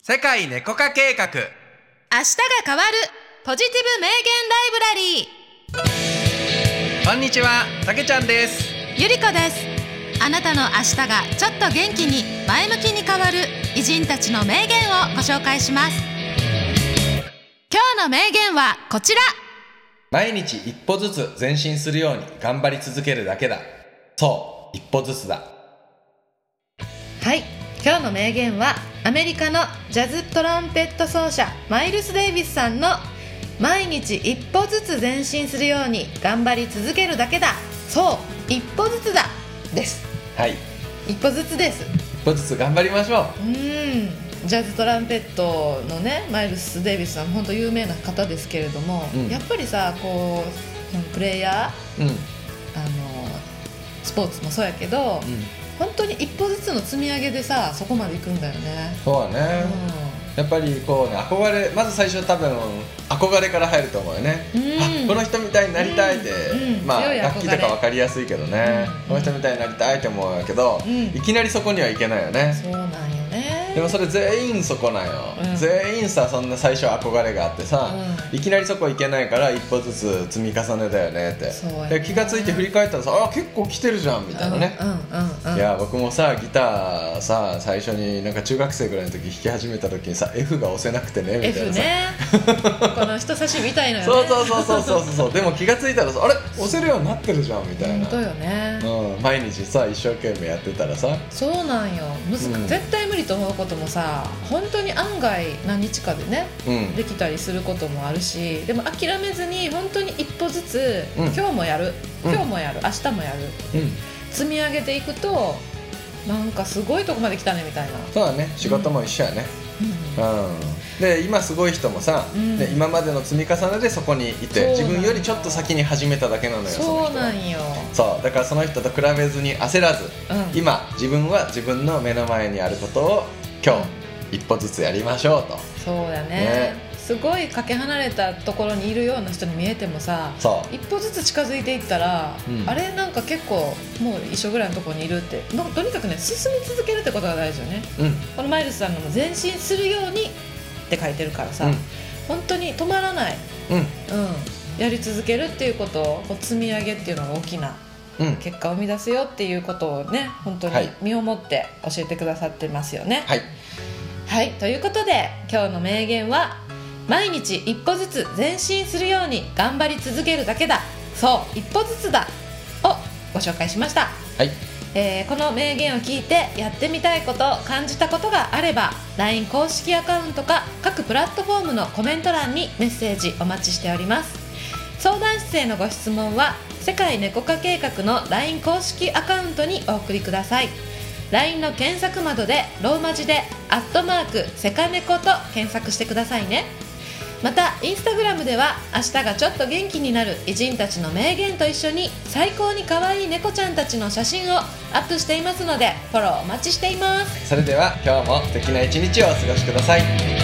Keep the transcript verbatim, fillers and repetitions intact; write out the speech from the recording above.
世界猫化計画。 明日が変わるポジティブ名言ライブラリー。 こんにちは、たけちゃんです。 ゆりこです。あなたの明日がちょっと元気に前向きに変わる偉人たちの名言をご紹介します。今日の名言はこちら。 毎日一歩ずつ前進するように頑張り続けるだけだ。そう、一歩ずつだ。 はい、今日の名言はアメリカのジャズトランペット奏者マイルス・デイビスさんの毎日一歩ずつ前進するように頑張り続けるだけだ。そう一歩ずつだです。 はい、 一歩ずつです。 一歩ずつ頑張りましょう。 うーんジャズトランペットのねマイルス・デイビスさん本当有名な方ですけれども、うん、やっぱりさこうプレイヤー、うん、あのスポーツもそうやけど、うん、本当に一歩ずつの積み上げでさそこまで行くんだよね。 そうだね、うん、やっぱりこうね憧れまず最初多分憧れから入ると思うよね、うん、あこの人みたいになりたいって、うん、まあ楽器とか分かりやすいけどね、うん、この人みたいになりたいって思うんやけど、うん、いきなりそこにはいけないよね。 そうなんよね。 でもそれ全員そこなんよ、うん、全員さそんな最初憧れがあってさ、うん、いきなりそこいけないから一歩ずつ積み重ねだよねって、ね、で気がついて振り返ったらさあ結構来てるじゃんみたいなね、うんうんうん、いや僕もさギターさ最初になんか中学生ぐらいの時弾き始めた時にさ F が押せなくてねみたいなさ F ねこの人差しみたいなよねそうそうそうそうそうそうでも気がついたらさあれ押せるようになってるじゃんみたいな。 本当よね、 うん、毎日さ一生懸命やってたらさそうなんよむず、うん、絶対無理と思うこともさ本当に案外何日かでね、うん、できたりすることもあるしでも諦めずに本当に一歩ずつ、うん、今日もやる今日もやる、うん、明日もやる、うん、積み上げていくとなんかすごいとこまで来たねみたいな。 そうだね仕事も一緒やね、うんうん、で今すごい人もさ、うん、で今までの積み重ねでそこにいて自分よりちょっと先に始めただけなのよ。 そうなんよ。 そうだからその人と比べずに焦らず、うん、今自分は自分の目の前にあることを今日、うん一歩ずつやりましょうと。そうだ ね, ねすごいかけ離れたところにいるような人に見えてもさ一歩ずつ近づいていったら、うん、あれなんか結構もう一緒ぐらいのところにいるってとにかくね進み続けるってことが大事よね、うん、このマイルスさんのも前進するようにって書いてるからさ、うん、本当に止まらない、うんうん、やり続けるっていうことをこう積み上げっていうのが大きな結果を生み出すよっていうことをね本当に身をもって教えてくださってますよね。はいはい、ということで今日の名言は毎日一歩ずつ前進するように頑張り続けるだけだそう一歩ずつだをご紹介しました、はいえー、この名言を聞いてやってみたいこと感じたことがあれば ライン 公式アカウントか各プラットフォームのコメント欄にメッセージお待ちしております。相談室へのご質問は世界猫化計画の ライン 公式アカウントにお送りください。ライン の検索窓でローマ字でアットマークセカネコと検索してくださいね。またインスタグラムでは明日がちょっと元気になる偉人たちの名言と一緒に最高に可愛い猫ちゃんたちの写真をアップしていますのでフォローお待ちしています。 それでは今日も素敵な一日をお過ごしください。